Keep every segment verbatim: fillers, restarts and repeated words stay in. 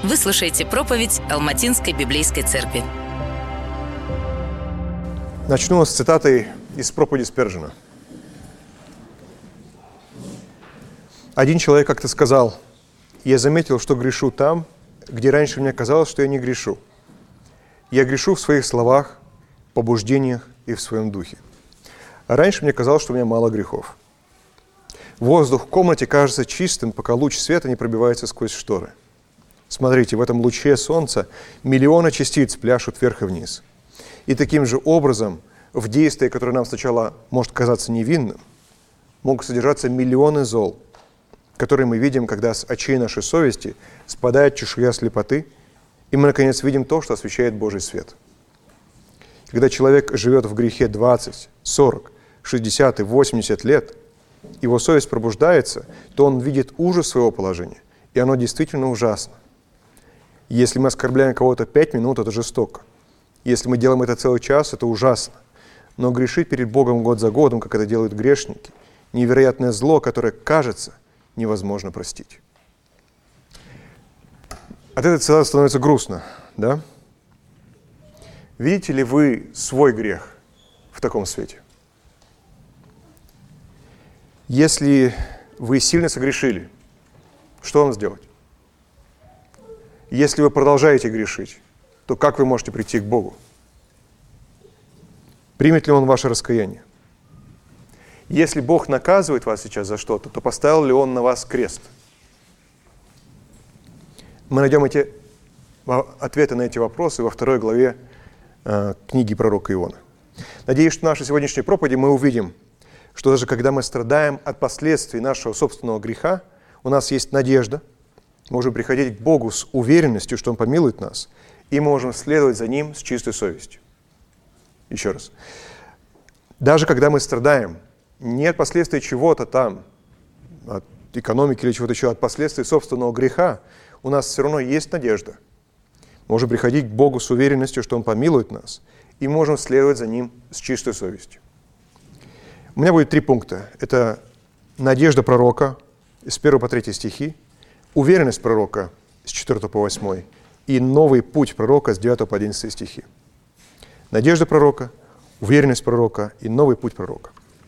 Вы слушаете проповедь Алматинской библейской церкви. Начну с цитаты из проповеди Спержена. Один человек как-то сказал: «Я заметил, что грешу там, где раньше мне казалось, что я не грешу. Я грешу в своих словах, побуждениях и в своем духе. А раньше мне казалось, что у меня мало грехов. Воздух в комнате кажется чистым, пока луч света не пробивается сквозь шторы. Смотрите, в этом луче солнца миллионы частиц пляшут вверх и вниз. И таким же образом в действии, которое нам сначала может казаться невинным, могут содержаться миллионы зол, которые мы видим, когда с очей нашей совести спадает чешуя слепоты, и мы, наконец, видим то, что освещает Божий свет. Когда человек живет в грехе двадцать, сорок, шестьдесят и восемьдесят лет, его совесть пробуждается, то он видит ужас своего положения, и оно действительно ужасно. Если мы оскорбляем кого-то пять минут, это жестоко. Если мы делаем это целый час, это ужасно. Но грешить перед Богом год за годом, как это делают грешники, невероятное зло, которое, кажется, невозможно простить. От этой цитаты становится грустно, да? Видите ли вы свой грех в таком свете? Если вы сильно согрешили, что вам сделать? Если вы продолжаете грешить, то как вы можете прийти к Богу? Примет ли Он ваше раскаяние? Если Бог наказывает вас сейчас за что-то, то поставил ли Он на вас крест? Мы найдем эти ответы на эти вопросы во второй главе э, книги пророка Иона. Надеюсь, что в нашей сегодняшней проповеди мы увидим, что даже когда мы страдаем от последствий нашего собственного греха, у нас есть надежда, мы можем приходить к Богу с уверенностью, что Он помилует нас, и мы можем следовать за Ним с чистой совестью. Еще раз. Даже когда мы страдаем не от последствий чего-то там, от экономики или чего-то еще, от последствий собственного греха, у нас все равно есть надежда. Мы можем приходить к Богу с уверенностью, что Он помилует нас, и мы можем следовать за Ним с чистой совестью. У меня будет три пункта. Это надежда пророка с первого по третий стихи, уверенность пророка с четвёртого по восьмой и новый путь пророка с девятого по одиннадцатый стихи. Надежда пророка, уверенность пророка и новый путь пророка.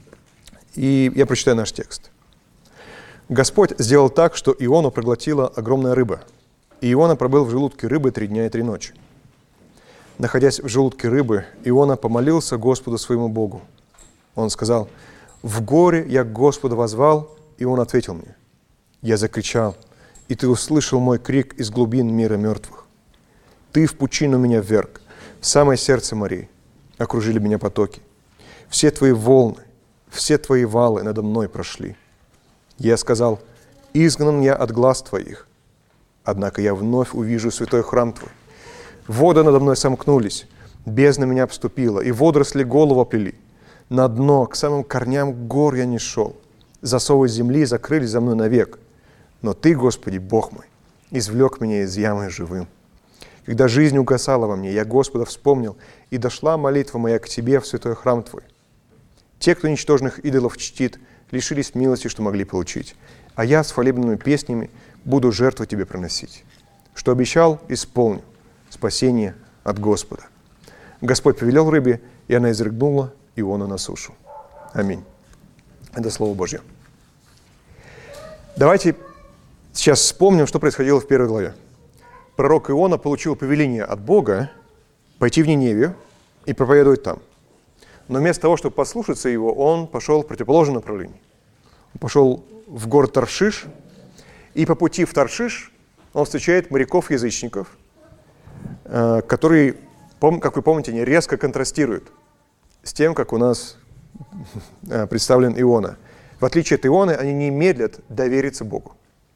И я прочитаю наш текст. «Господь сделал так, что Иону проглотила огромная рыба, и Иона пробыл в желудке рыбы три дня и три ночи. Находясь в желудке рыбы, Иона помолился Господу своему Богу. Он сказал: «В горе я к Господу возвал, и Он ответил мне. Я закричал, и Ты услышал мой крик из глубин мира мертвых. Ты в пучину меня вверг, в самое сердце морей окружили меня потоки. Все Твои волны, все Твои валы надо мной прошли. Я сказал: изгнан я от глаз Твоих, однако я вновь увижу святой храм Твой. Воды надо мной сомкнулись, бездна меня обступила, и водоросли голову оплели. На дно, к самым корням гор я не шел. Засовы земли закрылись за мной навек. Но Ты, Господи, Бог мой, извлек меня из ямы живым. Когда жизнь угасала во мне, я Господа вспомнил, и дошла молитва моя к Тебе в святой храм Твой. Те, кто ничтожных идолов чтит, лишились милости, что могли получить. А я с хвалебными песнями буду жертву Тебе приносить. Что обещал, исполню. Спасение от Господа». Господь повелел рыбе, и она изрыгнула Иону на сушу. Аминь. Это Слово Божье. Давайте сейчас вспомним, что происходило в первой главе. Пророк Иона получил повеление от Бога пойти в Ниневию и проповедовать там. Но вместо того, чтобы послушаться его, он пошел в противоположном направлении. Он пошел в город Таршиш, и по пути в Таршиш он встречает моряков-язычников, которые, как вы помните, они резко контрастируют с тем, как у нас представлен Иона. В отличие от Ионы, они не медлят довериться Богу.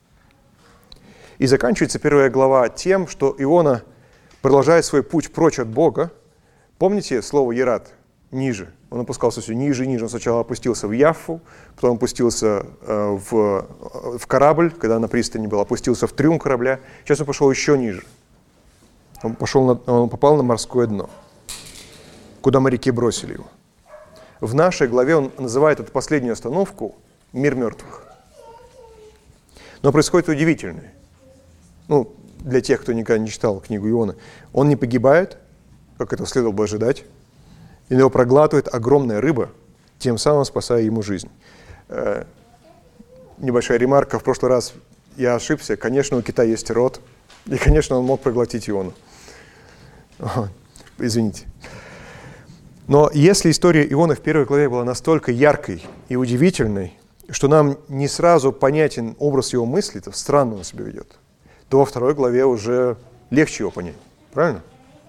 И заканчивается первая глава тем, что Иона продолжает свой путь прочь от Бога. Помните слово «ерат»? Ниже. Он опускался все ниже и ниже. Он сначала опустился в Яффу, потом опустился э, в, в корабль, когда на пристани был, опустился в трюм корабля. Сейчас он пошел еще ниже. Он, пошел на, он попал на морское дно, куда моряки бросили его. В нашей главе он называет эту последнюю остановку «Мир мертвых». Но происходит удивительное. Ну, для тех, кто никогда не читал книгу Ионы, он не погибает, как это следовало бы ожидать, и его проглатывает огромная рыба, тем самым спасая ему жизнь. Э, небольшая ремарка. В прошлый раз я ошибся. Конечно, у кита есть рот, и, конечно, он мог проглотить Иону. О, извините. Но если история Ионы в первой главе была настолько яркой и удивительной, что нам не сразу понятен образ его мысли, то странно он себя ведет, то во второй главе уже легче его понять. Правильно?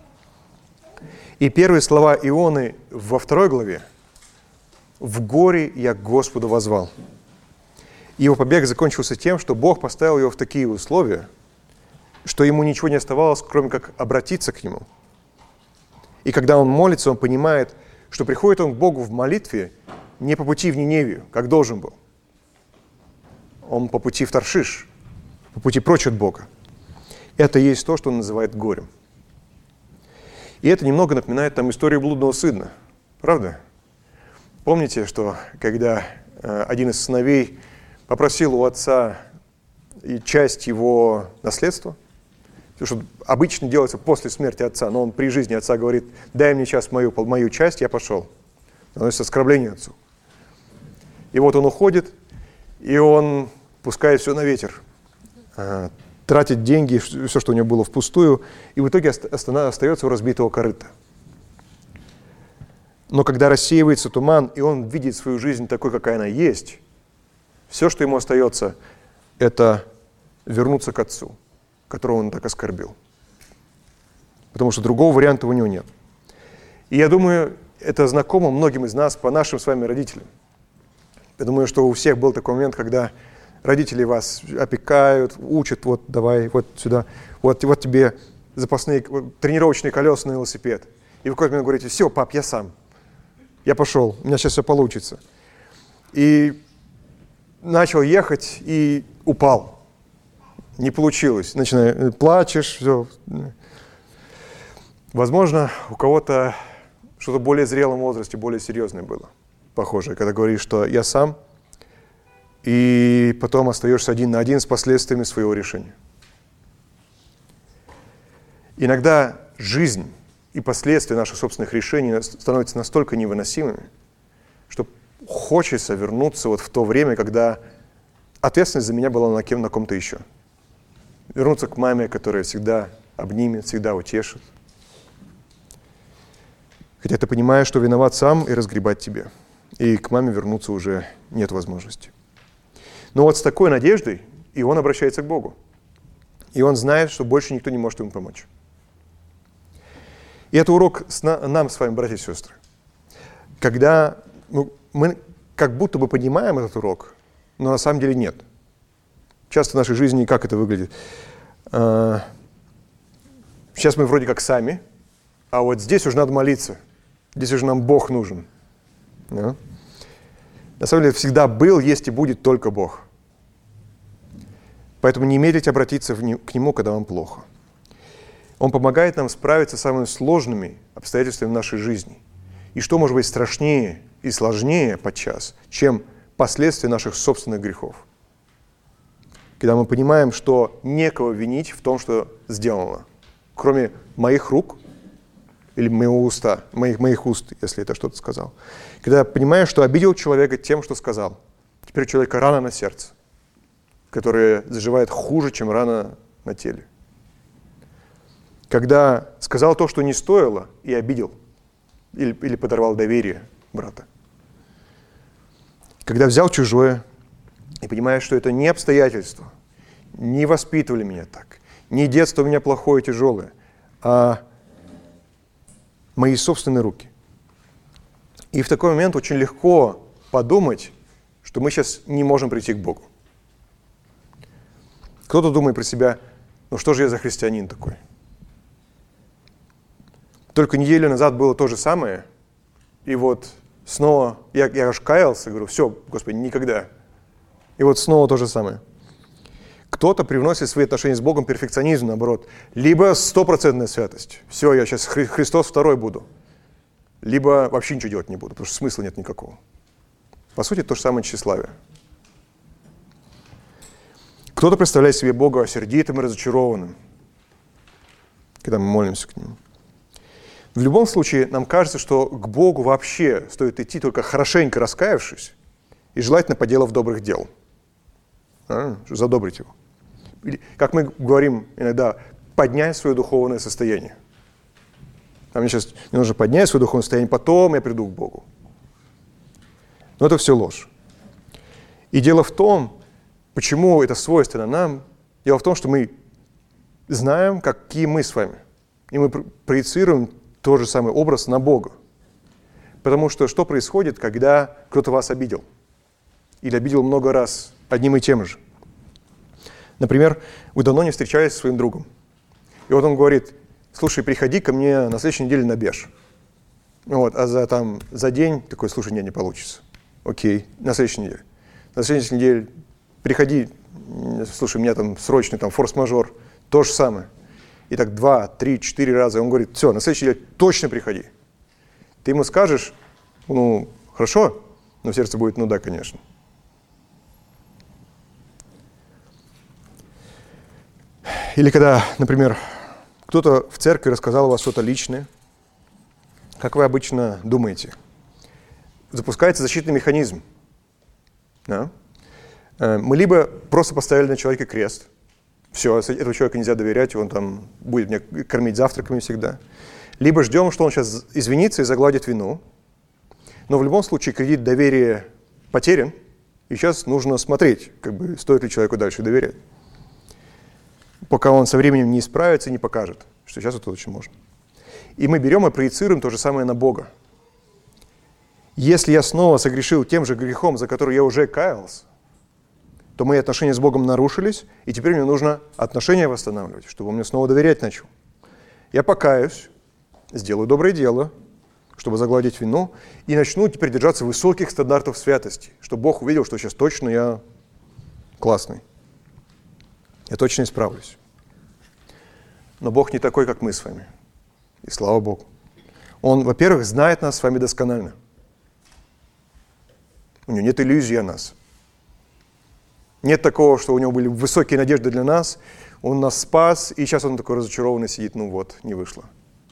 И первые слова Ионы во второй главе: «В горе я к Господу воззвал». Его побег закончился тем, что Бог поставил его в такие условия, что ему ничего не оставалось, кроме как обратиться к Нему. И когда он молится, он понимает, что приходит он к Богу в молитве не по пути в Ниневию, как должен был. Он по пути в Таршиш, по пути прочь от Бога. Это и есть то, что он называет горем. И это немного напоминает там историю блудного сына. Правда? Помните, что когда э, один из сыновей попросил у отца и часть его наследства, то, что обычно делается после смерти отца, но он при жизни отца говорит: дай мне сейчас мою, мою часть, я пошел. Наносит оскорбление отцу. И вот он уходит, и он пускает все на ветер, э, тратит деньги, все, что у него было, впустую, и в итоге остается у разбитого корыта. Но когда рассеивается туман, и он видит свою жизнь такой, какая она есть, все, что ему остается, это вернуться к отцу, которого он так оскорбил. Потому что другого варианта у него нет. И я думаю, это знакомо многим из нас по нашим с вами родителям. Я думаю, что у всех был такой момент, когда родители вас опекают, учат: вот давай, вот сюда, вот, вот тебе запасные тренировочные колеса на велосипед. И в какой-то момент говорите: все, пап, я сам. Я пошел, у меня сейчас все получится. И начал ехать и упал. Не получилось. Начинаешь, плачешь, все. Возможно, у кого-то что-то в более зрелом возрасте, более серьезное было. Похоже, когда говоришь, что я сам, и потом остаешься один на один с последствиями своего решения. Иногда жизнь и последствия наших собственных решений становятся настолько невыносимыми, что хочется вернуться вот в то время, когда ответственность за меня была на кем, на ком-то еще. Вернуться к маме, которая всегда обнимет, всегда утешит. Хотя ты понимаешь, что виноват сам, и разгребать тебе. И к маме вернуться уже нет возможности. Но вот с такой надеждой и он обращается к Богу. И он знает, что больше никто не может ему помочь. И это урок с на, нам с вами, братья и сестры. Когда ну, мы как будто бы понимаем этот урок, но на самом деле нет. Часто в нашей жизни как это выглядит? А, сейчас мы вроде как сами, а вот здесь уже надо молиться. Здесь уже нам Бог нужен. Да? На самом деле всегда был, есть и будет только Бог. Поэтому не медлите обратиться в не, к Нему, когда вам плохо. Он помогает нам справиться с самыми сложными обстоятельствами нашей жизни. И что может быть страшнее и сложнее подчас, чем последствия наших собственных грехов. Когда мы понимаем, что некого винить в том, что сделано, кроме моих рук или моего уста, моих, моих уст, если это что-то сказал. Когда понимаешь, что обидел человека тем, что сказал. Теперь у человека рана на сердце, которая заживает хуже, чем рана на теле. Когда сказал то, что не стоило, и обидел, или, или подорвал доверие брата. Когда взял чужое, и понимаешь, что это не обстоятельства, не воспитывали меня так, не детство у меня плохое, тяжелое, а мои собственные руки. И в такой момент очень легко подумать, что мы сейчас не можем прийти к Богу. Кто-то думает про себя: ну что же я за христианин такой? Только неделю назад было то же самое, и вот снова я, я аж каялся, говорю: все, Господи, никогда. И вот снова то же самое. Кто-то привносит в свои отношения с Богом перфекционизм, наоборот. Либо стопроцентная святость. Все, я сейчас Хри- Христос второй буду. Либо вообще ничего делать не буду, потому что смысла нет никакого. По сути, то же самое тщеславие. Кто-то представляет себе Бога сердитым и разочарованным. когда мы молимся к Нему. В любом случае, нам кажется, что к Богу вообще стоит идти только хорошенько раскаявшись и желательно поделав добрых дел. А? Задобрить Его. Или, как мы говорим иногда, поднять свое духовное состояние. А мне сейчас мне нужно поднять свое духовное состояние, потом я приду к Богу. Но это все ложь. И дело в том, почему это свойственно нам, дело в том, что мы знаем, какие мы с вами. И мы проецируем тот же самый образ на Бога. Потому что что происходит, когда кто-то вас обидел? Или обидел много раз одним и тем же? Например, вы давно не встречались со своим другом. И вот он говорит: слушай, приходи ко мне на следующей неделе на беж. Вот, а за, там, за день такой: слушай, нет, не получится. Окей, на следующей неделе. На следующей неделе приходи, слушай, у меня там срочный там, форс-мажор. То же самое. И так два, три, четыре раза. И он говорит: все, на следующей неделе точно приходи. Ты ему скажешь: ну, хорошо, но в сердце будет: ну да, конечно. Или когда, например, кто-то в церкви рассказал у вас что-то личное, как вы обычно думаете? Запускается защитный механизм. Да? Мы либо просто поставили на человека крест, все, этого человека нельзя доверять, он там будет меня кормить завтраками всегда. Либо ждем, что он сейчас извинится и загладит вину. Но в любом случае кредит доверия потерян, и сейчас нужно смотреть, как бы, стоит ли человеку дальше доверять. Пока он со временем не исправится и не покажет, что сейчас это очень можно. И мы берем и проецируем то же самое на Бога. Если я снова согрешил тем же грехом, за который я уже каялся, то мои отношения с Богом нарушились, и теперь мне нужно отношения восстанавливать, чтобы он мне снова доверять начал. Я покаюсь, сделаю доброе дело, чтобы загладить вину, и начну теперь держаться высоких стандартов святости, чтобы Бог увидел, что сейчас точно я классный. Я точно исправлюсь. Но Бог не такой, как мы с вами. И слава Богу. Он, во-первых, знает нас с вами досконально. У него нет иллюзий о нас. Нет такого, что у него были высокие надежды для нас, он нас спас, и сейчас он такой разочарованный сидит: ну вот, не вышло.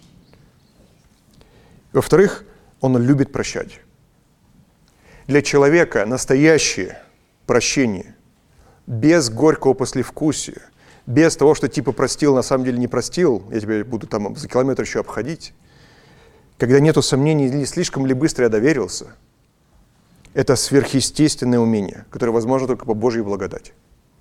Во-вторых, он любит прощать. Для человека настоящее прощение, без горького послевкусия, без того, что типа простил, на самом деле не простил, я тебя буду там за километр еще обходить, когда нету сомнений, или слишком ли быстро я доверился, это сверхъестественное умение, которое возможно только по Божьей благодати.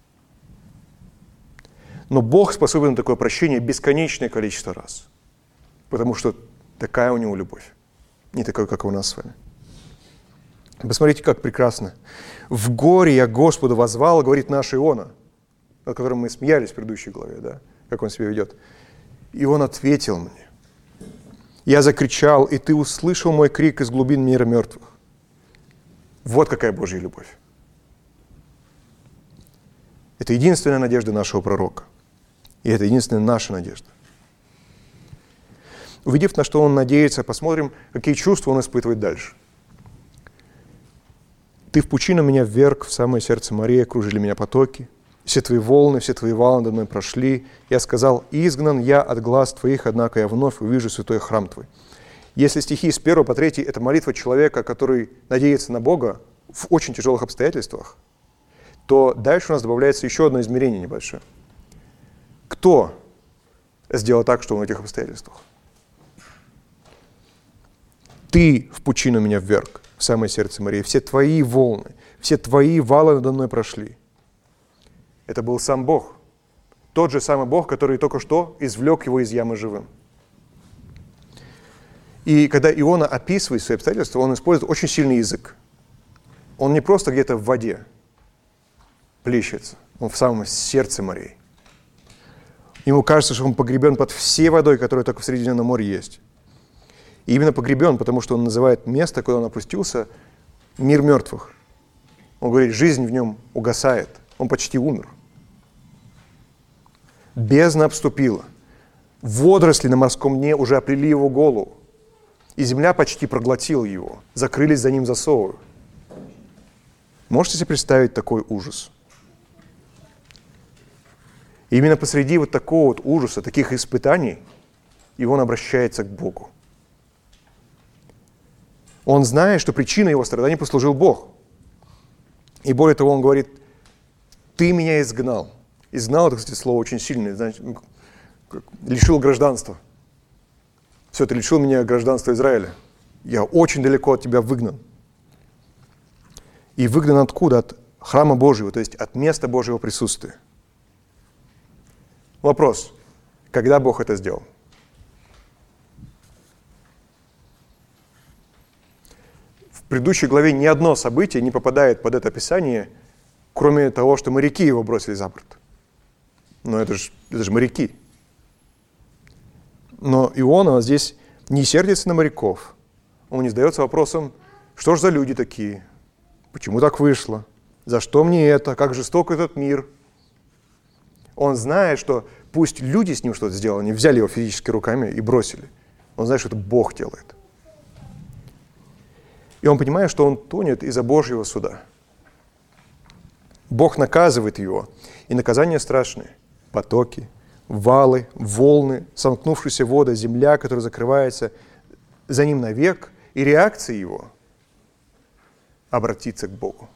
Но Бог способен на такое прощение бесконечное количество раз, потому что такая у Него любовь, не такая, как у нас с вами. Посмотрите, как прекрасно. «В горе я Господу воззвал», говорит наш Иона, над которым мы смеялись в предыдущей главе, да, как он себя ведет. И он ответил мне. Я закричал, и ты услышал мой крик из глубин мира мертвых. Вот какая Божья любовь. Это единственная надежда нашего пророка. И это единственная наша надежда. Увидев, на что он надеется, посмотрим, какие чувства он испытывает дальше. «Ты в пучину меня вверг, в самое сердце морей, окружили меня потоки. Все твои волны, все твои валы надо мной прошли. Я сказал: изгнан я от глаз твоих, однако я вновь увижу святой храм твой». Если стихи с первого по третий – это молитва человека, который надеется на Бога в очень тяжелых обстоятельствах, то дальше у нас добавляется еще одно измерение небольшое. Кто сделал так, что он в этих обстоятельствах? Ты в пучину меня вверг, в самое сердце морей. Все твои волны, все твои валы надо мной прошли. Это был сам Бог. Тот же самый Бог, который только что извлек его из ямы живым. И когда Иона описывает свои обстоятельства, он использует очень сильный язык. Он не просто где-то в воде плещется, он в самом сердце морей. Ему кажется, что он погребен под всей водой, которая только в Средиземном море есть. И именно погребен, потому что он называет место, куда он опустился, мир мертвых. Он говорит, жизнь в нем угасает, он почти умер. Бездна обступила. Водоросли на морском дне уже оплели его голову. И земля почти проглотила его. Закрылись за ним засовы. Можете себе представить такой ужас? И именно посреди вот такого вот ужаса, таких испытаний, и он обращается к Богу. Он знает, что причиной его страданий послужил Бог. И более того, он говорит: «Ты меня изгнал». Изгнал, это, кстати, слово очень сильное, значит, лишил гражданства. Все, ты лишил меня гражданства Израиля. Я очень далеко от тебя выгнан. И выгнан откуда? От храма Божьего, то есть от места Божьего присутствия. Вопрос: когда Бог это сделал? В предыдущей главе ни одно событие не попадает под это описание, кроме того, что моряки его бросили за борт. Но это же, это же моряки. Но Иона здесь не сердится на моряков. Он не задается вопросом: что ж за люди такие? Почему так вышло? За что мне это? Как жесток этот мир? Он знает, что пусть люди с ним что-то сделали, они взяли его физически руками и бросили. Он знает, что это Бог делает. И он понимает, что он тонет из-за Божьего суда. Бог наказывает его, и наказание страшное. Потоки, валы, волны, сомкнувшиеся воды, земля, которая закрывается за ним навек, и реакция его — обратиться к Богу.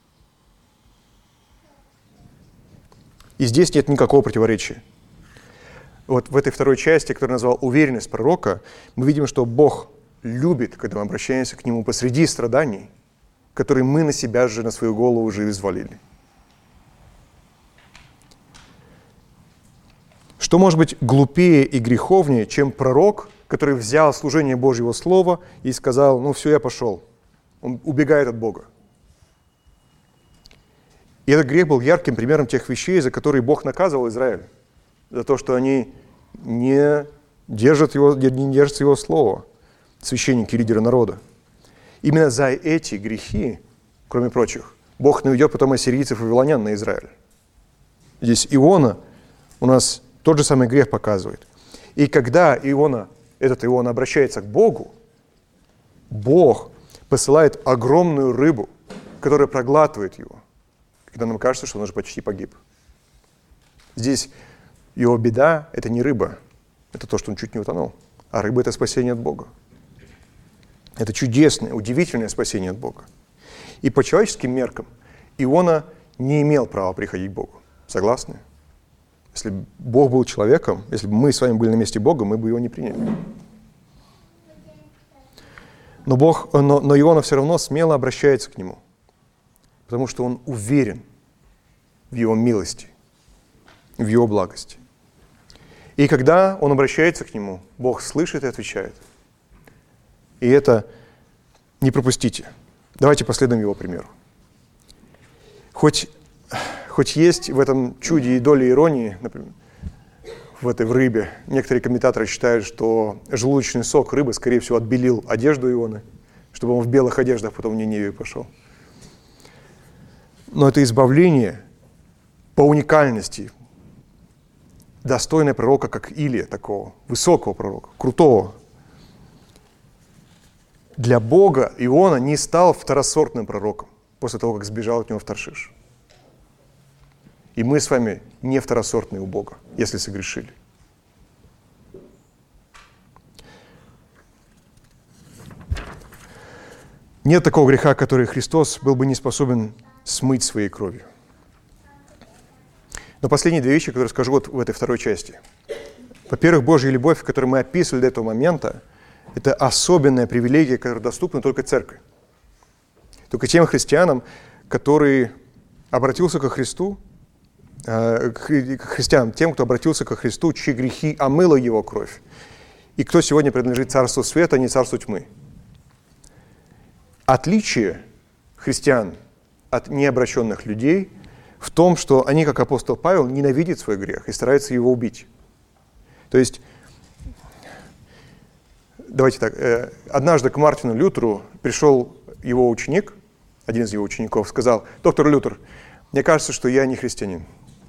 И здесь нет никакого противоречия. Вот в этой второй части, которую я назвал «Уверенность пророка», мы видим, что Бог любит, когда мы обращаемся к Нему посреди страданий, которые мы на себя же, на свою голову уже взвалили. Что может быть глупее и греховнее, чем пророк, который взял служение Божьего Слова и сказал: ну все, я пошел. Он убегает от Бога. И этот грех был ярким примером тех вещей, за которые Бог наказывал Израиль. За то, что они не держат его, не держат его слова, священники и лидеры народа. Именно за эти грехи, кроме прочих, Бог наведет потом ассирийцев и вавилонян на Израиль. Здесь Иона у нас тот же самый грех показывает. И когда Иона, этот Иона обращается к Богу, Бог посылает огромную рыбу, которая проглатывает его, когда нам кажется, что он уже почти погиб. Здесь его беда — это не рыба, это то, что он чуть не утонул, а рыба — это спасение от Бога. Это чудесное, удивительное спасение от Бога. И по человеческим меркам Иона не имел права приходить к Богу. Согласны? Если бы Бог был человеком, если бы мы с вами были на месте Бога, мы бы его не приняли. Но, Бог, но, но Иона все равно смело обращается к Нему, потому что он уверен в Его милости, в Его благости. И когда он обращается к Нему, Бог слышит и отвечает. И это не пропустите. Давайте последуем Его примеру. Хоть, хоть есть в этом чуде и доля иронии, например, в этой в рыбе, некоторые комментаторы считают, что желудочный сок рыбы, скорее всего, отбелил одежду Ионы, чтобы он в белых одеждах потом в Ниневию пошел. Но это избавление по уникальности, достойное пророка, как Илия, такого высокого пророка, крутого. Для Бога Иона не стал второсортным пророком после того, как сбежал от него в Таршиш. И мы с вами не второсортные у Бога, если согрешили. Нет такого греха, который Христос был бы не способен смыть своей кровью. Но последние две вещи, которые скажу вот в этой второй части. Во-первых, Божья любовь, которую мы описывали до этого момента, это особенная привилегия, которая доступна только церкви. Только тем христианам, которые обратился ко Христу, э, к христианам, тем, кто обратился ко Христу, чьи грехи омыла Его кровь. И кто сегодня принадлежит царству света, а не царству тьмы. Отличие христиан от необращенных людей в том, что они, как апостол Павел, ненавидят свой грех и стараются его убить. То есть, давайте так, э, однажды к Мартину Лютеру пришел его ученик, один из его учеников, сказал: доктор Лютер, мне кажется, что я не христианин.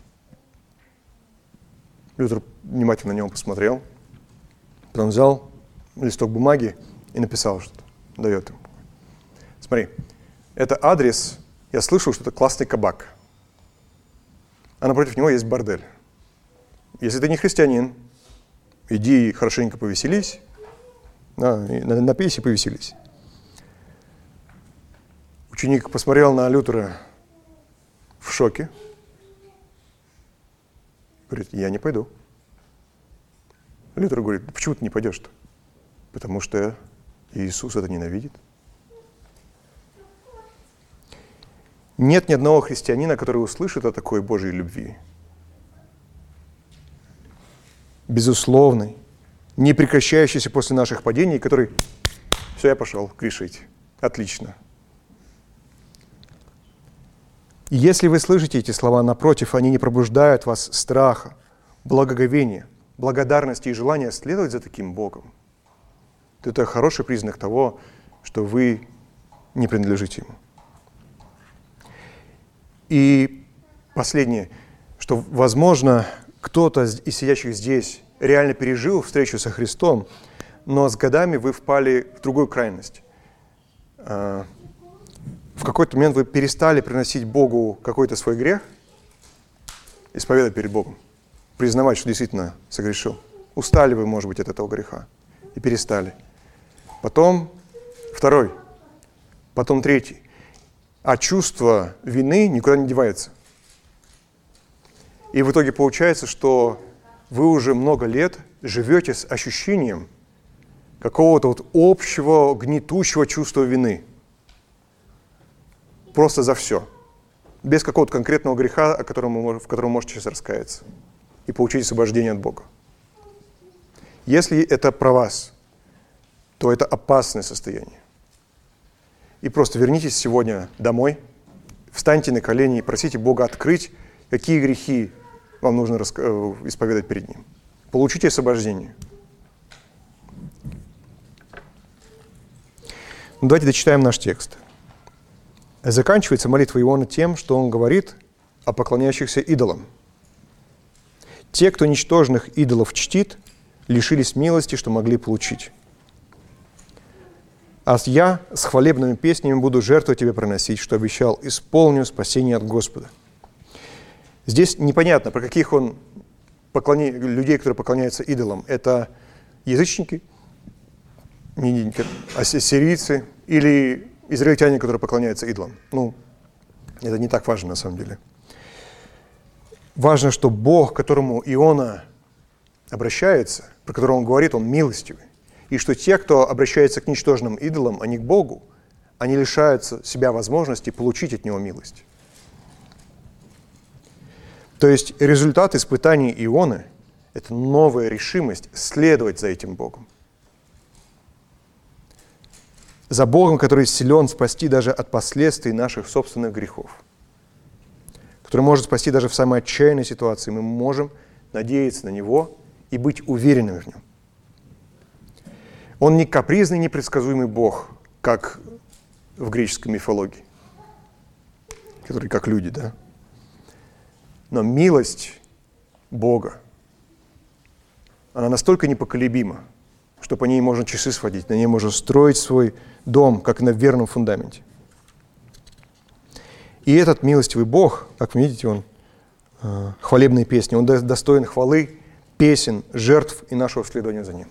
Лютер внимательно на него посмотрел, потом взял листок бумаги и написал что-то, дает ему. Смотри, это адрес, я слышал, что это классный кабак, а напротив него есть бордель. Если ты не христианин, иди хорошенько повеселись, да, напейся и повеселись. Ученик посмотрел на Лютера в шоке. Говорит, я не пойду. Лютер говорит, почему ты не пойдешь-то? Потому что Иисус это ненавидит. Нет ни одного христианина, который услышит о такой Божьей любви. Безусловной, не прекращающейся после наших падений, который, все, я пошел грешить. Отлично. И если вы слышите эти слова, напротив, они не пробуждают в вас страха, благоговения, благодарности и желания следовать за таким Богом, то это хороший признак того, что вы не принадлежите Ему. И последнее, что, возможно, кто-то из сидящих здесь реально пережил встречу со Христом, но с годами вы впали в другую крайность. В какой-то момент вы перестали приносить Богу какой-то свой грех, исповедать перед Богом, признавать, что действительно согрешил. Устали вы, может быть, от этого греха и перестали. Потом второй, потом третий. А чувство вины никуда не девается. И в итоге получается, что вы уже много лет живете с ощущением какого-то вот общего гнетущего чувства вины. Просто за все. Без какого-то конкретного греха, о котором вы, в котором вы можете сейчас раскаяться и получить освобождение от Бога. Если это про вас, то это опасное состояние. И просто вернитесь сегодня домой, встаньте на колени и просите Бога открыть, какие грехи вам нужно исповедать перед Ним. Получите освобождение. Ну, давайте дочитаем наш текст. Заканчивается молитва Иоанна тем, что он говорит о поклоняющихся идолам. Те, кто ничтожных идолов чтит, лишились милости, что могли получить. А я с хвалебными песнями буду жертву тебе приносить, что обещал, исполню спасение от Господа. Здесь непонятно, про каких он поклони... людей, которые поклоняются идолам. Это язычники, ассирийцы или израильтяне, которые поклоняются идолам. Ну, это не так важно на самом деле. Важно, что Бог, к которому Иона обращается, про которого он говорит, он милостивый. И что те, кто обращается к ничтожным идолам, а не к Богу, они лишаются себя возможности получить от Него милость. То есть результат испытаний Ионы – это новая решимость следовать за этим Богом. За Богом, который силен спасти даже от последствий наших собственных грехов. Который может спасти даже в самой отчаянной ситуации. Мы можем надеяться на Него и быть уверенными в Нем. Он не капризный, непредсказуемый Бог, как в греческой мифологии, который как люди, да? Но милость Бога, она настолько непоколебима, что по ней можно часы сводить, на ней можно строить свой дом, как на верном фундаменте. И этот милостивый Бог, как вы видите, он э, хвалебные песни, он достоин хвалы, песен, жертв и нашего следования за Ним.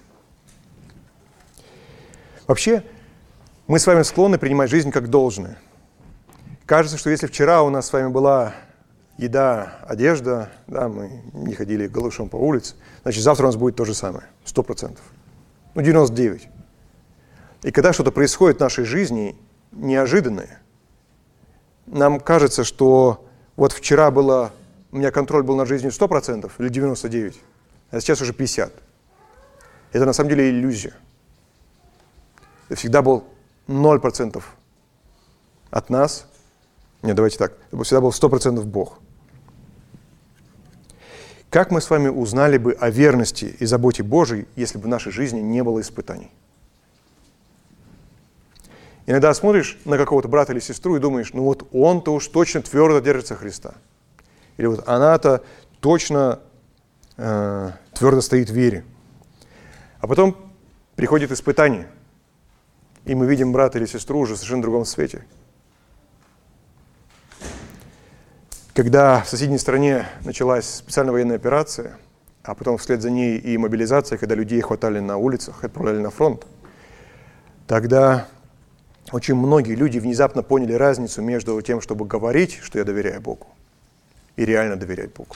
Вообще, мы с вами склонны принимать жизнь как должное. Кажется, что если вчера у нас с вами была еда, одежда, да, мы не ходили голышом по улице, значит, завтра у нас будет то же самое, сто процентов. Ну, девяносто девять. И когда что-то происходит в нашей жизни неожиданное, нам кажется, что вот вчера было, у меня контроль был над жизнью сто процентов или девяносто девять процентов, а сейчас уже пятьдесят процентов. Это на самом деле иллюзия. Это всегда был ноль процентов от нас. Нет, давайте так. Это всегда был сто процентов Бог. Как мы с вами узнали бы о верности и заботе Божией, если бы в нашей жизни не было испытаний? Иногда смотришь на какого-то брата или сестру и думаешь, ну вот он-то уж точно твердо держится Христа. Или вот она-то точно э, твердо стоит в вере. А потом приходит испытание, и мы видим брата или сестру уже в совершенно другом свете. Когда в соседней стране началась специальная военная операция, а потом вслед за ней и мобилизация, когда людей хватали на улицах, отправляли на фронт, тогда очень многие люди внезапно поняли разницу между тем, чтобы говорить, что я доверяю Богу, и реально доверять Богу.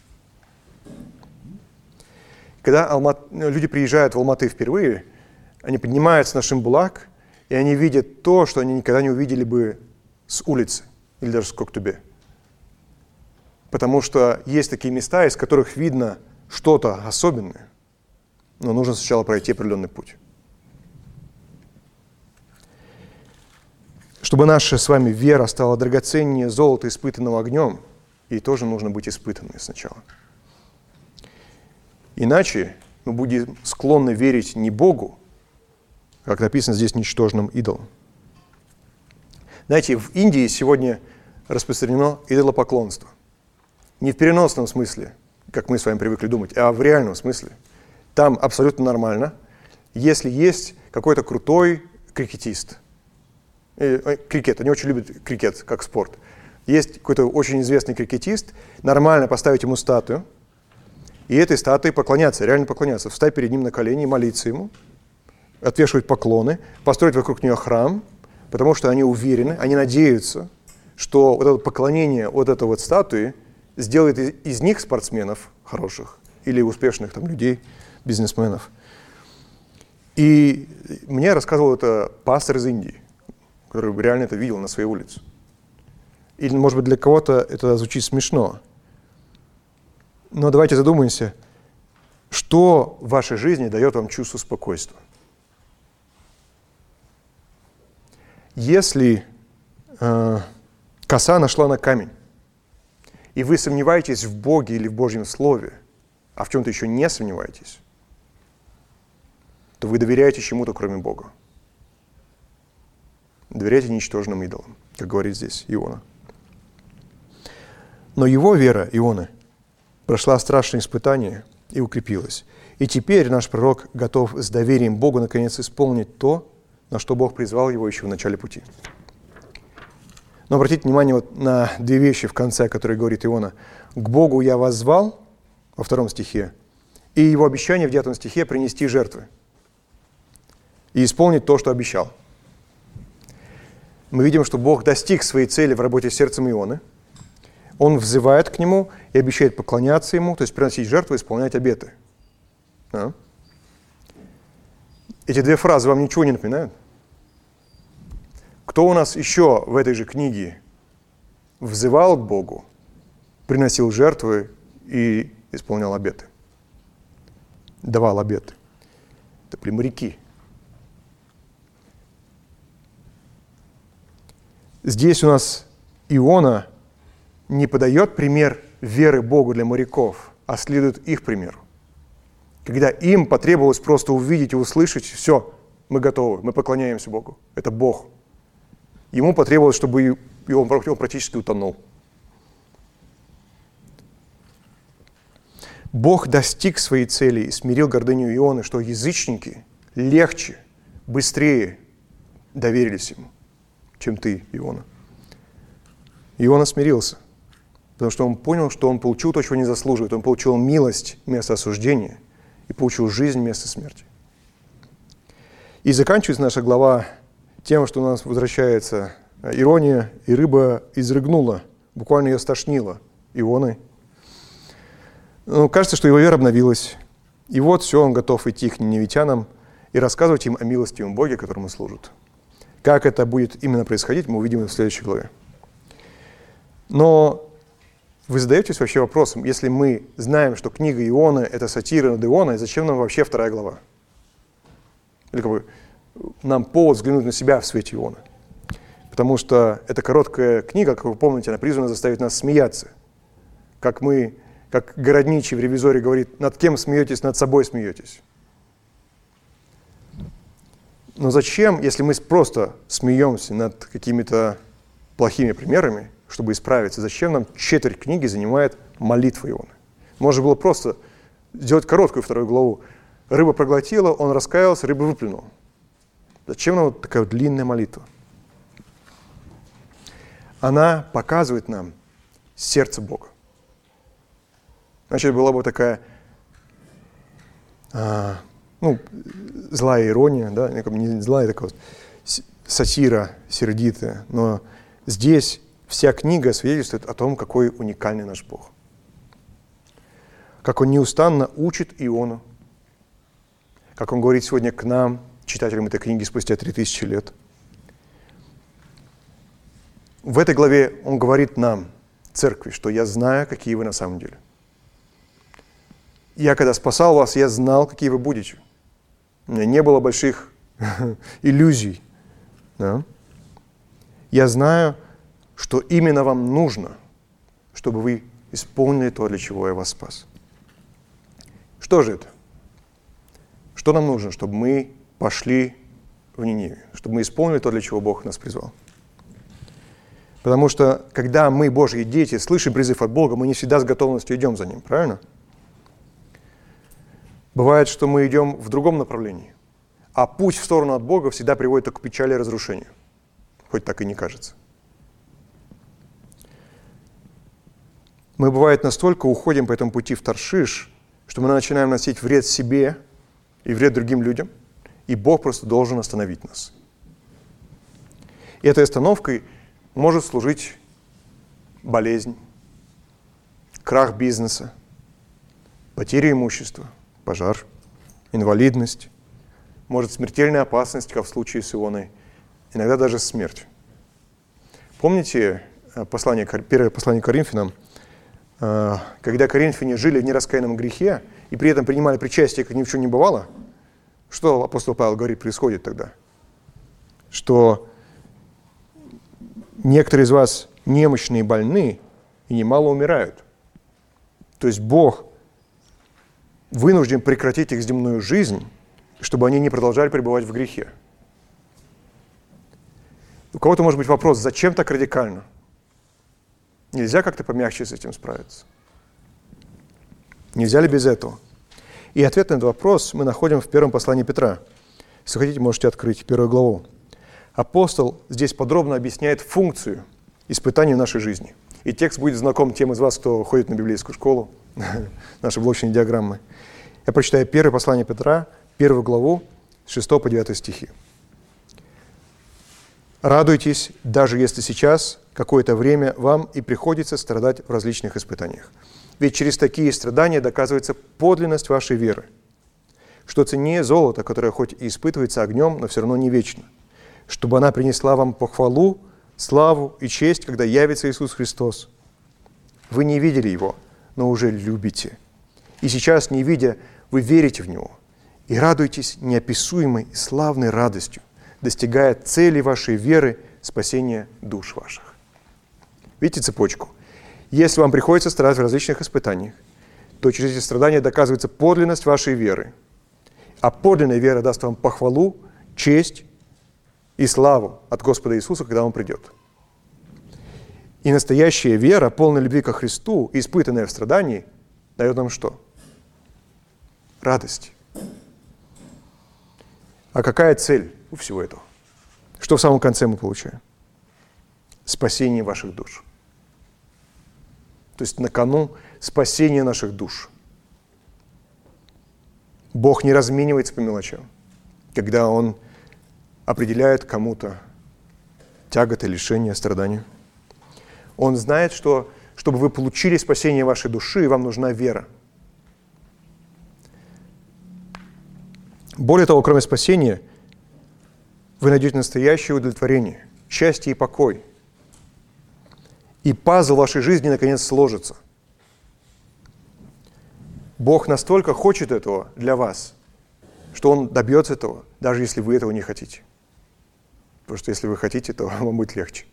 Когда Алмат... люди приезжают в Алматы впервые, они поднимаются на Шимбулак, и они видят то, что они никогда не увидели бы с улицы или даже с Коктубе. Потому что есть такие места, из которых видно что-то особенное, но нужно сначала пройти определенный путь. Чтобы наша с вами вера стала драгоценнее золота, испытанного огнем, ей тоже нужно быть испытанной сначала. Иначе мы будем склонны верить не Богу, как написано здесь, ничтожным идолам. Знаете, в Индии сегодня распространено идолопоклонство. Не в переносном смысле, как мы с вами привыкли думать, а в реальном смысле. Там абсолютно нормально, если есть какой-то крутой крикетист. Э, крикет, они очень любят крикет как спорт. Есть какой-то очень известный крикетист, нормально поставить ему статую, и этой статуе поклоняться, реально поклоняться, встать перед ним на колени и молиться ему, отвешивать поклоны, построить вокруг нее храм, потому что они уверены, они надеются, что вот это поклонение вот этой вот статуи сделает из, из них спортсменов хороших или успешных там людей, бизнесменов. И мне рассказывал это пастор из Индии, который реально это видел на своей улице. Или, может быть, для кого-то это звучит смешно. Но давайте задумаемся, что в вашей жизни дает вам чувство спокойствия. Если э, коса нашла на камень, и вы сомневаетесь в Боге или в Божьем Слове, а в чем-то еще не сомневаетесь, то вы доверяете чему-то, кроме Бога. Доверяйте ничтожным идолам, как говорит здесь Иона. Но его вера, Ионы, прошла страшное испытание и укрепилась. И теперь наш пророк готов с доверием Богу наконец исполнить то, на что Бог призвал его еще в начале пути. Но обратите внимание вот на две вещи в конце, которые говорит Иона. «К Богу я воззвал» во втором стихе, и его обещание в девятом стихе принести жертвы и исполнить то, что обещал. Мы видим, что Бог достиг своей цели в работе с сердцем Ионы. Он взывает к нему и обещает поклоняться ему, то есть приносить жертвы и исполнять обеты. Да? Эти две фразы вам ничего не напоминают? Кто у нас еще в этой же книге взывал к Богу, приносил жертвы и исполнял обеты? Давал обеты. Это были моряки. Здесь у нас Иона не подает пример веры Богу для моряков, а следует их примеру. Когда им потребовалось просто увидеть и услышать, все, мы готовы, мы поклоняемся Богу. Это Бог. Ему потребовалось, чтобы и он, он практически утонул. Бог достиг своей цели и смирил гордыню Ионы, что язычники легче, быстрее доверились ему, чем ты, Иона. Иона смирился, потому что он понял, что он получил то, чего не заслуживает. Он получил милость вместо осуждения и получил жизнь вместо смерти. И заканчивается наша глава тем, что у нас возвращается ирония, и рыба изрыгнула, буквально ее стошнила Ионой. Ну, кажется, что его вера обновилась. И вот все, он готов идти к ниневитянам и рассказывать им о милостивом Боге, которому служат. Как это будет именно происходить, мы увидим в следующей главе. Но вы задаетесь вообще вопросом, если мы знаем, что книга Ионы – это сатира над Ионой, зачем нам вообще вторая глава? Или как бы нам повод взглянуть на себя в свете Ионы. Потому что эта короткая книга, как вы помните, она призвана заставить нас смеяться. Как мы, как Городничий в «Ревизоре» говорит, над кем смеетесь, над собой смеетесь. Но зачем, если мы просто смеемся над какими-то плохими примерами, чтобы исправиться, зачем нам четверть книги занимает молитва Ионы? Можно было просто сделать короткую вторую главу. Рыба проглотила, он раскаялся, рыба выплюнула. Зачем нам вот такая вот длинная молитва? Она показывает нам сердце Бога. Значит, была бы такая а, ну, злая ирония, да, не злая, такая сатира сердитая, но здесь вся книга свидетельствует о том, какой уникальный наш Бог. Как Он неустанно учит Иону, как Он говорит сегодня к нам, читателям этой книги спустя три тысячи лет. В этой главе Он говорит нам, церкви, что я знаю, какие вы на самом деле. Я, когда спасал вас, я знал, какие вы будете. У меня не было больших иллюзий. Да? Я знаю, что именно вам нужно, чтобы вы исполнили то, для чего я вас спас. Что же это? Что нам нужно, чтобы мы пошли в Ниневию, чтобы мы исполнили то, для чего Бог нас призвал? Потому что, когда мы, Божьи дети, слышим призыв от Бога, мы не всегда с готовностью идем за Ним, правильно? Бывает, что мы идем в другом направлении, а путь в сторону от Бога всегда приводит только к печали и разрушению, хоть так и не кажется. Мы, бывает, настолько уходим по этому пути в Таршиш, что мы начинаем носить вред себе и вред другим людям, и Бог просто должен остановить нас. И этой остановкой может служить болезнь, крах бизнеса, потеря имущества, пожар, инвалидность, может смертельная опасность, как в случае с Ионой, иногда даже смерть. Помните послание, первое послание к Коринфянам, когда коринфяне жили в нераскаянном грехе и при этом принимали причастие, как ни в чем не бывало? Что апостол Павел говорит, происходит тогда? Что некоторые из вас немощные и больны, и немало умирают. То есть Бог вынужден прекратить их земную жизнь, чтобы они не продолжали пребывать в грехе. У кого-то может быть вопрос, зачем так радикально? Нельзя как-то помягче с этим справиться? Нельзя ли без этого? И ответ на этот вопрос мы находим в первом послании Петра. Если хотите, можете открыть первую главу. Апостол здесь подробно объясняет функцию испытаний в нашей жизни. И текст будет знаком тем из вас, кто ходит на библейскую школу, наши блочные диаграммы. Я прочитаю первое послание Петра, первую главу, с шестого по девятый стихи. «Радуйтесь, даже если сейчас какое-то время вам и приходится страдать в различных испытаниях. Ведь через такие страдания доказывается подлинность вашей веры, что ценнее золота, которое хоть и испытывается огнем, но все равно не вечно, чтобы она принесла вам похвалу, славу и честь, когда явится Иисус Христос. Вы не видели Его, но уже любите. И сейчас, не видя, вы верите в Него и радуетесь неописуемой и славной радостью, достигая цели вашей веры, спасения душ ваших». Видите цепочку? Если вам приходится страдать в различных испытаниях, то через эти страдания доказывается подлинность вашей веры. А подлинная вера даст вам похвалу, честь и славу от Господа Иисуса, когда Он придет. И настоящая вера, полная любви ко Христу, испытанная в страдании, дает нам что? Радость. А какая цель у всего этого? Что в самом конце мы получаем? Спасение ваших душ. То есть на кону спасение наших душ. Бог не разменивается по мелочам, когда Он определяет кому-то тяготы, лишения, страдания. Он знает, что чтобы вы получили спасение вашей души, вам нужна вера. Более того, кроме спасения, вы найдете настоящее удовлетворение, счастье и покой. И пазл вашей жизни наконец сложится. Бог настолько хочет этого для вас, что Он добьется этого, даже если вы этого не хотите. Потому что если вы хотите, то вам будет легче.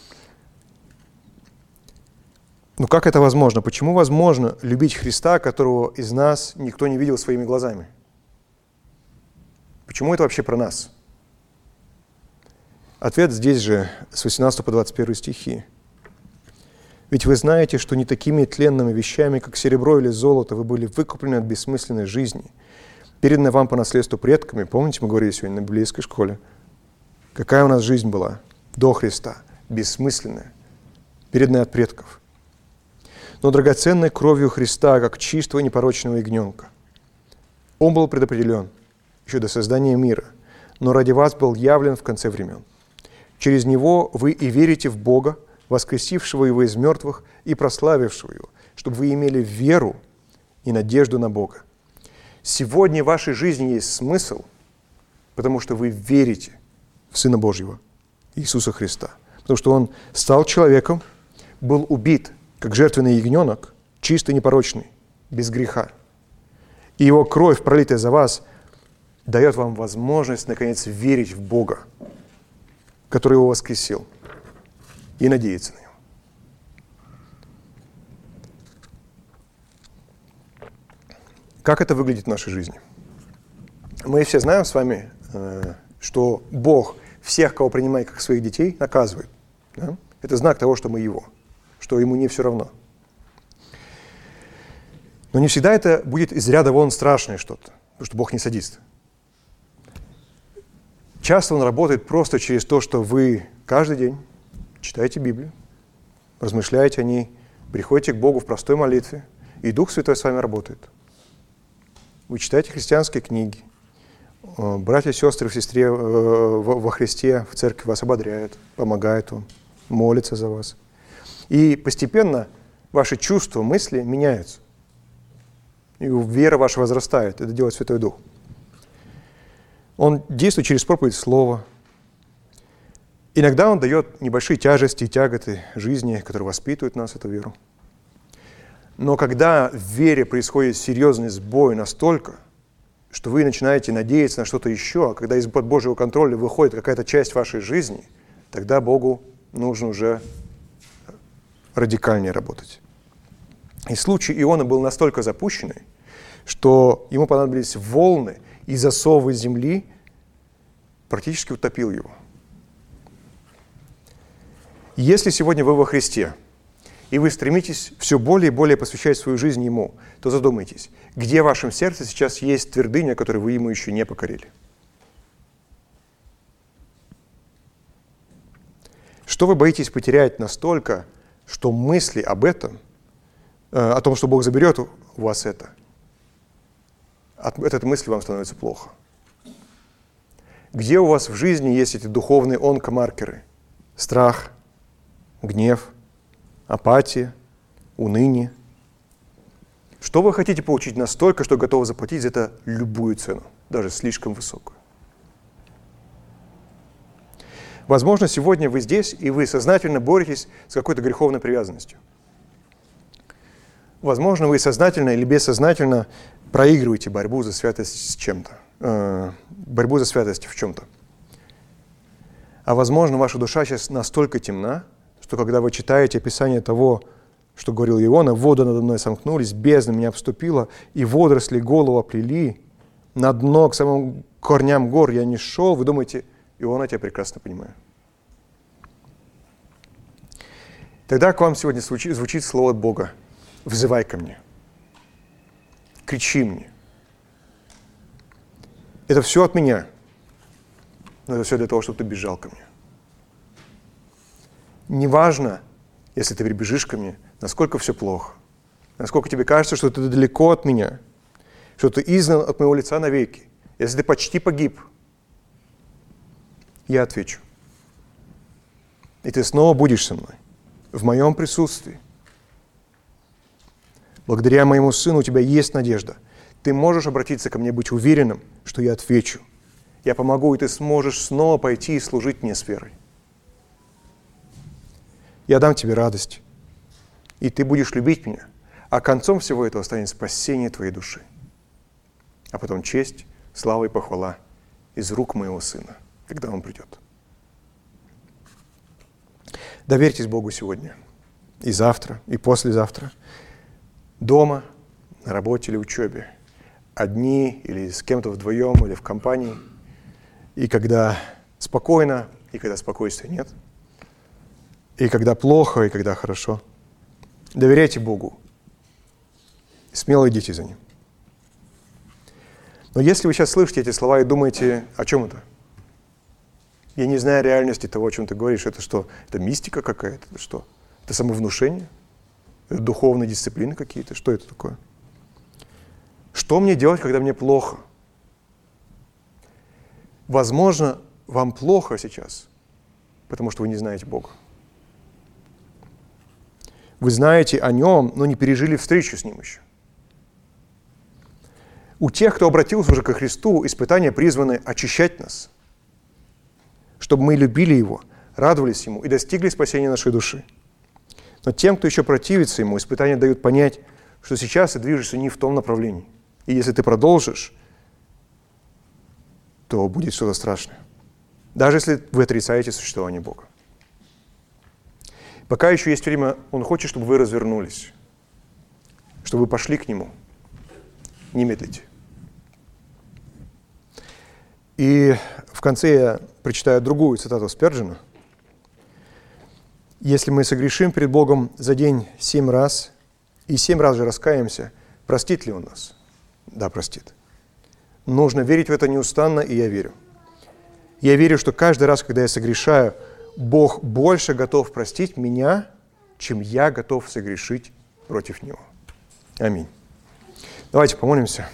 Но как это возможно? Почему возможно любить Христа, которого из нас никто не видел своими глазами? Почему это вообще про нас? Ответ здесь же, с восемнадцатого по двадцать первый стихи. «Ведь вы знаете, что не такими тленными вещами, как серебро или золото, вы были выкуплены от бессмысленной жизни, переданной вам по наследству предками». Помните, мы говорили сегодня на библейской школе? Какая у нас жизнь была до Христа? Бессмысленная, переданная от предков. «Но драгоценной кровью Христа, как чистого непорочного ягненка, Он был предопределен еще до создания мира, но ради вас был явлен в конце времен. Через Него вы и верите в Бога, воскресившего Его из мертвых и прославившего Его, чтобы вы имели веру и надежду на Бога. Сегодня в вашей жизни есть смысл, потому что вы верите в Сына Божьего, Иисуса Христа. Потому что Он стал человеком, был убит, как жертвенный ягненок, чистый, непорочный, без греха. И Его кровь, пролитая за вас, дает вам возможность, наконец, верить в Бога, который Его воскресил, и надеяться на Него. Как это выглядит в нашей жизни? Мы все знаем с вами, что Бог всех, кого принимает как своих детей, наказывает. Да? Это знак того, что мы Его, что Ему не все равно. Но не всегда это будет из ряда вон страшное что-то, потому что Бог не садист. Часто Он работает просто через то, что вы каждый день читаете Библию, размышляете о ней, приходите к Богу в простой молитве, и Дух Святой с вами работает. Вы читаете христианские книги, братья и сестры в сестре, во Христе, в церкви вас ободряют, помогают вам, молятся за вас. И постепенно ваши чувства, мысли меняются. И вера ваша возрастает. Это делает Святой Дух. Он действует через проповедь Слова. Иногда Он дает небольшие тяжести и тяготы жизни, которые воспитывают нас, эту веру. Но когда в вере происходит серьезный сбой настолько, что вы начинаете надеяться на что-то еще, а когда из-под Божьего контроля выходит какая-то часть вашей жизни, тогда Богу нужно уже радикальнее работать. И случай Иона был настолько запущенный, что ему понадобились волны, и засовы земли практически утопил его. Если сегодня вы во Христе, и вы стремитесь все более и более посвящать свою жизнь Ему, то задумайтесь, где в вашем сердце сейчас есть твердыня, которую вы Ему еще не покорили. Что вы боитесь потерять настолько, что мысли об этом, о том, что Бог заберет у вас это, от этой мысли вам становится плохо? Где у вас в жизни есть эти духовные онкомаркеры? Страх, гнев, апатия, уныние. Что вы хотите получить настолько, что готовы заплатить за это любую цену, даже слишком высокую? Возможно, сегодня вы здесь, и вы сознательно боретесь с какой-то греховной привязанностью. Возможно, вы сознательно или бессознательно проигрываете борьбу за святость с чем-то, э, борьбу за святость в чем-то. А возможно, ваша душа сейчас настолько темна, что когда вы читаете описание того, что говорил Иона, воды надо мной сомкнулись, бездна меня обступила, и водоросли голову оплели, на дно к самым корням гор я не шел, вы думаете, Иона, я тебя прекрасно понимаю. Тогда к вам сегодня звучит, звучит слово от Бога. Взывай ко мне. Кричи мне. Это все от меня. Но это все для того, чтобы ты бежал ко мне. Неважно, если ты прибежишь ко мне, насколько все плохо, насколько тебе кажется, что ты далеко от меня, что ты изгнан от моего лица навеки, если ты почти погиб, я отвечу. И ты снова будешь со мной, в моем присутствии. Благодаря моему сыну у тебя есть надежда. Ты можешь обратиться ко мне, быть уверенным, что я отвечу. Я помогу, и ты сможешь снова пойти и служить мне с верой. Я дам тебе радость, и ты будешь любить меня, а концом всего этого станет спасение твоей души. А потом честь, слава и похвала из рук моего сына, когда он придет. Доверьтесь Богу сегодня, и завтра, и послезавтра, дома, на работе или учебе, одни или с кем-то вдвоем или в компании, и когда спокойно, и когда спокойствия нет, и когда плохо, и когда хорошо. Доверяйте Богу. Смело идите за Ним. Но если вы сейчас слышите эти слова и думаете, о чем это? Я не знаю реальности того, о чем ты говоришь. Это что? Это мистика какая-то? Это что? Это самовнушение? Это духовные дисциплины какие-то? Что это такое? Что мне делать, когда мне плохо? Возможно, вам плохо сейчас, потому что вы не знаете Бога. Вы знаете о Нем, но не пережили встречу с Ним еще. У тех, кто обратился уже ко Христу, испытания призваны очищать нас, чтобы мы любили Его, радовались Ему и достигли спасения нашей души. Но тем, кто еще противится Ему, испытания дают понять, что сейчас ты движешься не в том направлении. И если ты продолжишь, то будет что-то страшное. Даже если вы отрицаете существование Бога. Пока еще есть время, Он хочет, чтобы вы развернулись, чтобы вы пошли к Нему. Не медлите. И в конце я прочитаю другую цитату Спержена. «Если мы согрешим перед Богом за день семь раз, и семь раз же раскаемся, простит ли Он нас?» Да, простит. Нужно верить в это неустанно, и я верю. Я верю, что каждый раз, когда я согрешаю, Бог больше готов простить меня, чем я готов согрешить против Него. Аминь. Давайте помолимся.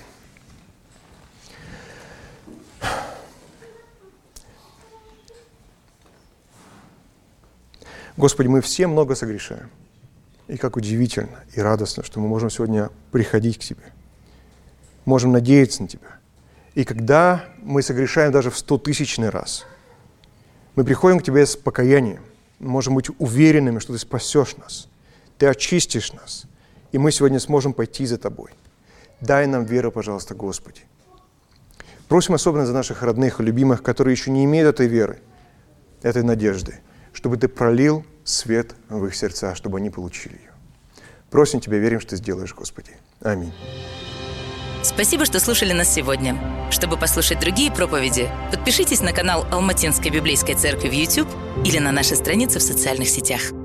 Господи, мы все много согрешаем. И как удивительно и радостно, что мы можем сегодня приходить к Тебе. Можем надеяться на Тебя. И когда мы согрешаем даже в стотысячный раз, мы приходим к Тебе с покаянием. Мы можем быть уверенными, что Ты спасешь нас. Ты очистишь нас. И мы сегодня сможем пойти за Тобой. Дай нам веру, пожалуйста, Господи. Просим особенно за наших родных и любимых, которые еще не имеют этой веры, этой надежды, чтобы Ты пролил свет в их сердца, чтобы они получили ее. Просим Тебя, верим, что Ты сделаешь, Господи. Аминь. Спасибо, что слушали нас сегодня. Чтобы послушать другие проповеди, подпишитесь на канал Алматинской библейской церкви в YouTube или на наши страницы в социальных сетях.